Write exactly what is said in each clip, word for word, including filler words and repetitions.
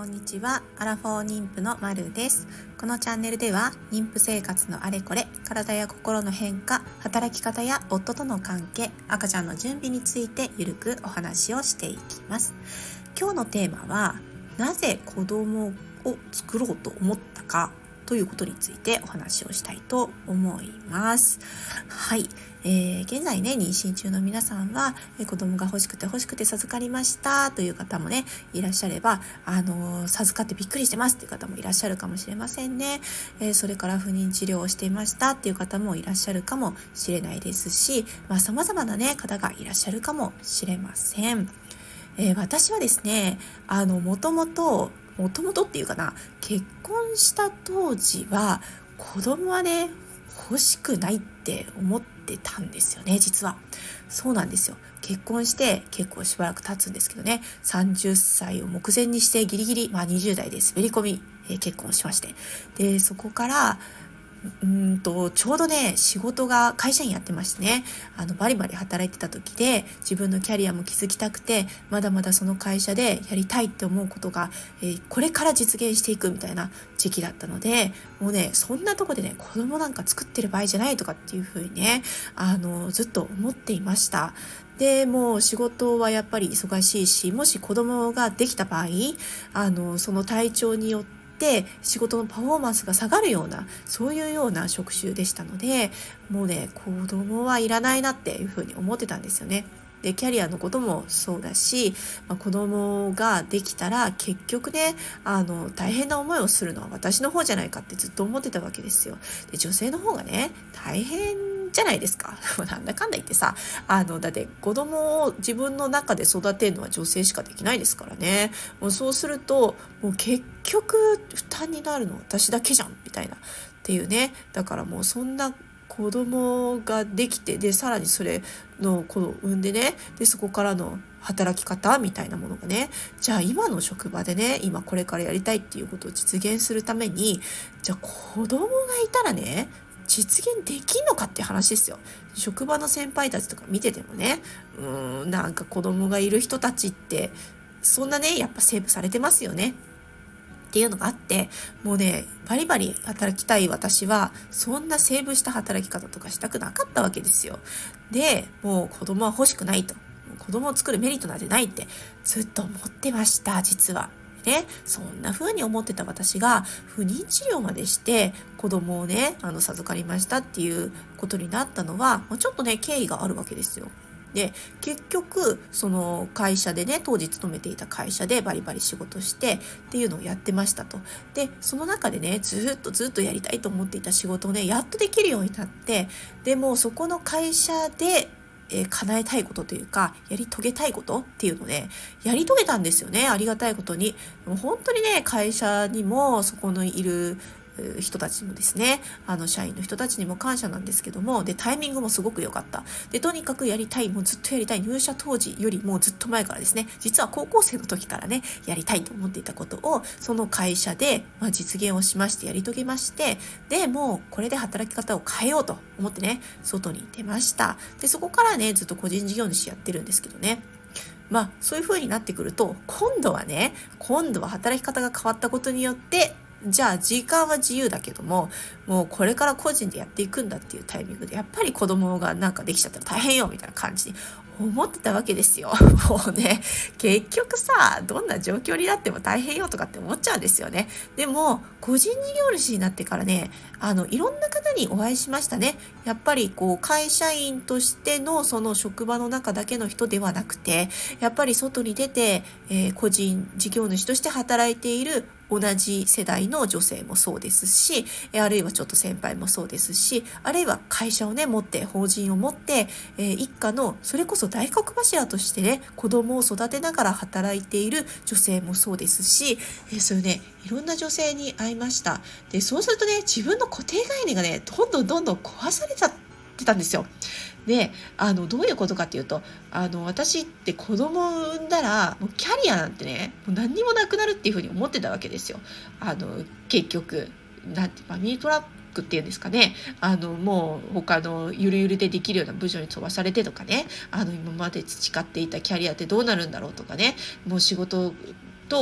こんにちは。アラフォー妊婦のまるです。このチャンネルでは妊婦生活のあれこれ、体や心の変化、働き方や夫との関係、赤ちゃんの準備についてゆるくお話をしていきます。今日のテーマは、なぜ子供を作ろうと思ったかということについてお話をしたいと思います。はい、えー、現在ね妊娠中の皆さんは、えー、子供が欲しくて欲しくて授かりましたという方もねいらっしゃれば、あのー、授かってびっくりしてますっていう方もいらっしゃるかもしれませんね。えー、それから不妊治療をしていましたっていう方もいらっしゃるかもしれないですし、まあ、様々なね方がいらっしゃるかもしれません。えー、私はですね、あのもともともともとっていうかな、結婚した当時は子供はね欲しくないって思ってたんですよね。実はそうなんですよ。結婚して結構しばらく経つんですけどね、さんじゅっさいを目前にしてギリギリ、まあ、にじゅう代で滑り込み、えー、結婚しまして、でそこからうんとちょうどね仕事が会社員やってましてね、あのバリバリ働いてた時で自分のキャリアも築きたくて、まだまだその会社でやりたいって思うことが、えー、これから実現していくみたいな時期だったので、もうねそんなとこでね子供なんか作ってる場合じゃないとかっていう風にね、あのずっと思っていました。でもう仕事はやっぱり忙しいし、もし子供ができた場合、あのその体調によってで仕事のパフォーマンスが下がるような、そういうような職種でしたので、もうね子供はいらないなっていうふうに思ってたんですよね。でキャリアのこともそうだし、まあ、子供ができたら結局ねあの大変な思いをするのは私の方じゃないかってずっと思ってたわけですよ。で女性の方がね大変じゃないですか。なんだかんだ言ってさ、あのだって子供を自分の中で育てるのは女性しかできないですからね。もうそうするともう結局負担になるのは私だけじゃんみたいなっていうね。だからもうそんな子供ができて、でさらにそれの子を産んでね、でそこからの働き方みたいなものがね、じゃあ今の職場でね今これからやりたいっていうことを実現するために、じゃあ子供がいたらね実現できんのかって話ですよ。職場の先輩たちとか見ててもね、うーんなんか子供がいる人たちってそんなねやっぱセーブされてますよねっていうのがあって、もうねバリバリ働きたい私はそんなセーブした働き方とかしたくなかったわけですよ。でもう子供は欲しくないと、子供を作るメリットなんてないってずっと思ってました。実はね、そんな風に思ってた私が不妊治療までして子供をねあの授かりましたっていうことになったのは、ちょっとね経緯があるわけですよ。で結局その会社でね、当時勤めていた会社でバリバリ仕事してっていうのをやってましたと。でその中でねずっとずっとやりたいと思っていた仕事をねやっとできるようになって、でもそこの会社でえー、叶えたいことというかやり遂げたいことっていうので、ね、やり遂げたんですよね。ありがたいことにもう本当にね会社にもそこのいる人たちもですね、あの社員の人たちにも感謝なんですけども、でタイミングもすごく良かった。でとにかくやりたい、もうずっとやりたい、入社当時よりもずっと前からですね、実は高校生の時からねやりたいと思っていたことをその会社で、まあ、実現をしましてやり遂げまして、でもうこれで働き方を変えようと思ってね外に出ました。でそこからねずっと個人事業主やってるんですけどね、まあそういう風になってくると今度はね今度は働き方が変わったことによって、じゃあ時間は自由だけどももうこれから個人でやっていくんだっていうタイミングで、やっぱり子供がなんかできちゃったら大変よみたいな感じに思ってたわけですよ。もうね結局さどんな状況になっても大変よとかって思っちゃうんですよね。でも個人事業主になってからね、あのいろんな方にお会いしましたね。やっぱりこう会社員としてのその職場の中だけの人ではなくて、やっぱり外に出て、えー、個人事業主として働いている同じ世代の女性もそうですし、あるいはちょっと先輩もそうですし、あるいは会社をね持って法人を持って、えー、一家のそれこそ大黒柱としてね子供を育てながら働いている女性もそうですし、えー、そういうねいろんな女性に会いました。でそうするとね自分の固定概念がねどんどんどんどん壊されちゃってたんですよ。であのどういうことかっていうと、あの私って子供を産んだらもうキャリアなんてねもう何にもなくなるっていうふうに思ってたわけですよ。あの結局なんてマミートラックっていうんですかね、あのもう他のゆるゆるでできるような部署に飛ばされてとかね、あの今まで培っていたキャリアってどうなるんだろうとかね、もう仕事と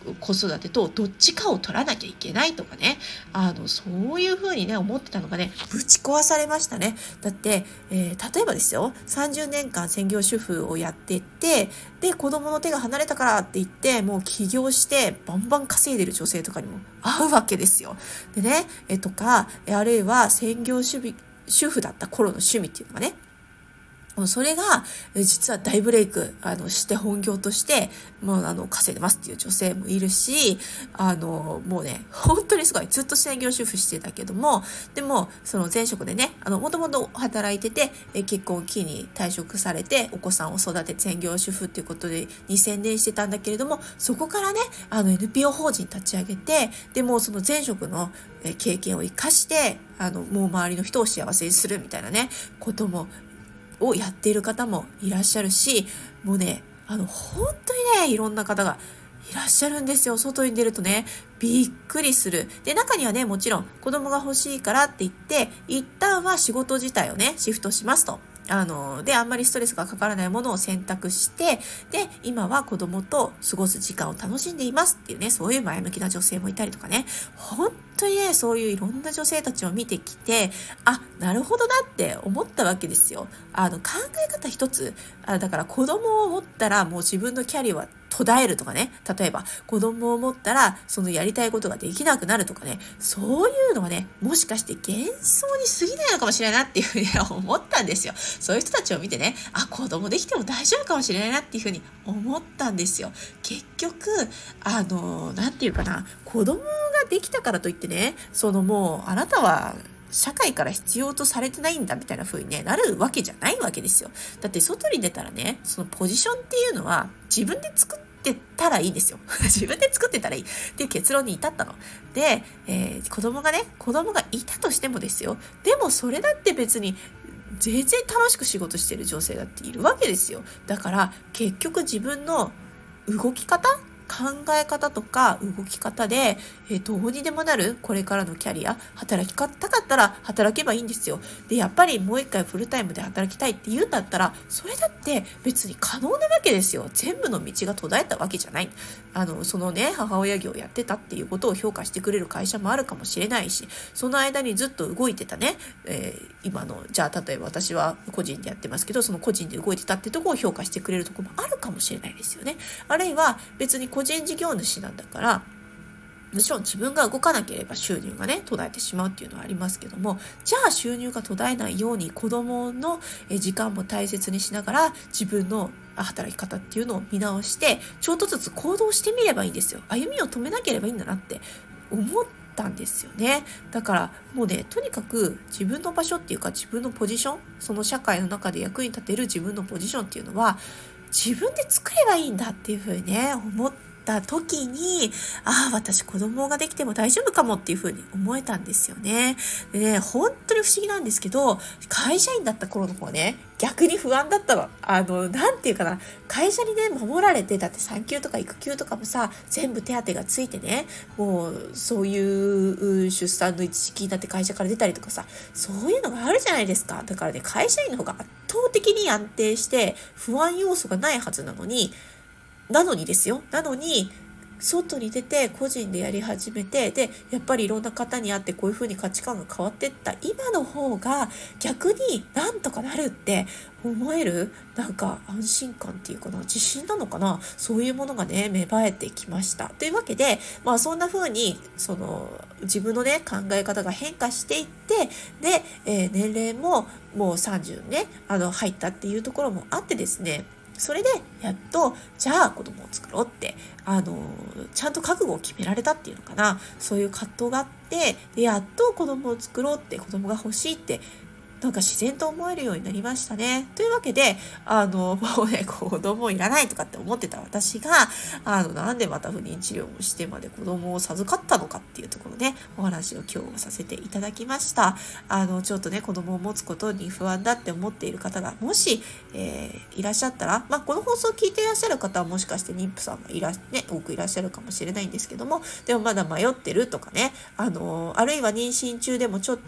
子育てとどっちかを取らなきゃいけないとかね、あのそういうふうにね思ってたのがねぶち壊されましたね。だって、えー、例えばですよ、さんじゅうねんかん専業主婦をやってて、で子供の手が離れたからって言ってもう起業してバンバン稼いでる女性とかにも会うわけですよ。でね、えとかあるいは専業主婦主婦だった頃の趣味っていうのがね、それが実は大ブレイクあのして本業としてもうあの稼いでますっていう女性もいるし、あのもうね本当にすごいずっと専業主婦してたけども、でもその前職でねあのもともと働いてて結婚を機に退職されてお子さんを育て専業主婦っていうことでに専念してたんだけれども、そこからねあの エヌピーオー 法人立ち上げて、でもその前職の経験を生かしてあのもう周りの人を幸せにするみたいなねこともをやっている方もいらっしゃるし、もうねあの本当にねいろんな方がいらっしゃるんですよ。外に出るとねびっくりする。で中にはねもちろん子供が欲しいからって言って一旦は仕事自体をねシフトしますと、あのであんまりストレスがかからないものを選択して、で今は子供と過ごす時間を楽しんでいますっていうね、そういう前向きな女性もいたりとかね、本当にねそういういろんな女性たちを見てきて、あ、なるほどなって思ったわけですよ。あの考え方一つ、あだから子供を持ったらもう自分のキャリアは途絶えるとかね、例えば子供を持ったらそのやりたいことができなくなるとかね、そういうのはねもしかして幻想に過ぎないのかもしれないなっていうふうに思ったんですよ。そういう人たちを見てね、あ、子供できても大丈夫かもしれないなっていうふうに思ったんですよ。結局あのなんていうかな、子供ができたからといってね、そのもうあなたは社会から必要とされてないんだみたいな風に、ね、なるわけじゃないわけですよ。だって外に出たらね、そのポジションっていうのは自分で作ってたらいいんですよ。自分で作ってたらいいっていう結論に至ったの。で、えー、子供がね、子供がいたとしてもですよ。でもそれだって別に全然楽しく仕事してる女性だっているわけですよ。だから結局自分の動き方考え方とか動き方で、えー、どうにでもなるこれからのキャリア、働きたかったら働けばいいんですよ。でやっぱりもう一回フルタイムで働きたいって言うんだったらそれだって別に可能なわけですよ。全部の道が途絶えたわけじゃない。あのそのね母親業をやってたっていうことを評価してくれる会社もあるかもしれないし、その間にずっと動いてたね、えー、今のじゃあ例えば私は個人でやってますけど、その個人で動いてたってところを評価してくれるところもあるかもしれないですよね。あるいは別に個人事業主なんだからもちろん自分が動かなければ収入がね途絶えてしまうっていうのはありますけども、じゃあ収入が途絶えないように子供の時間も大切にしながら自分の働き方っていうのを見直してちょっとずつ行動してみればいいんですよ。歩みを止めなければいいんだなって思ったんですよね。だからもうねとにかく自分の場所っていうか自分のポジション、その社会の中で役に立てる自分のポジションっていうのは自分で作ればいいんだっていうふうにね思った時に、ああ私子供ができても大丈夫かもっていうふうに思えたんですよね。でね本当に不思議なんですけど、会社員だった頃の方ね逆に不安だったの。あのなんていうかな、会社にね守られて、だって産休とか育休とかもさ全部手当がついてね、もうそういう出産の一時金だって会社から出たりとかさ、そういうのがあるじゃないですか。だからね会社員の方が圧倒的に安定して不安要素がないはずなのになのにですよなのに外に出て個人でやり始めて、でやっぱりいろんな方に会ってこういう風に価値観が変わっていった今の方が逆になんとかなるって思える、なんか安心感っていうかな、自信なのかな、そういうものがね芽生えてきました。というわけで、まあそんな風にその自分のね考え方が変化していって、で、えー、年齢ももうさんじゅうねあの入ったっていうところもあってですね、それでやっとじゃあ子供を作ろうってあのちゃんと覚悟を決められたっていうのかな、そういう葛藤があって、でやっと子供を作ろうって、子供が欲しいってなんか自然と思えるようになりましたね。というわけであのもうね子供いらないとかって思ってた私があのなんでまた不妊治療をしてまで子供を授かったのかっていうところねお話を今日はさせていただきました。あのちょっとね子供を持つことに不安だって思っている方がもし、えー、いらっしゃったら、まあ、この放送を聞いていらっしゃる方はもしかして妊婦さんがいら、ね、多くいらっしゃるかもしれないんですけども、でもまだ迷ってるとかね、あのあるいは妊娠中でもちょっと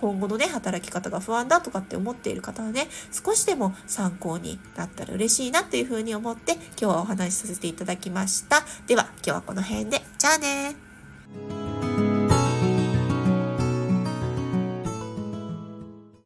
今後のね働き方が不安だとかって思っている方はね、少しでも参考になったら嬉しいなというふうに思って今日はお話しさせていただきました。では今日はこの辺で、じゃあね。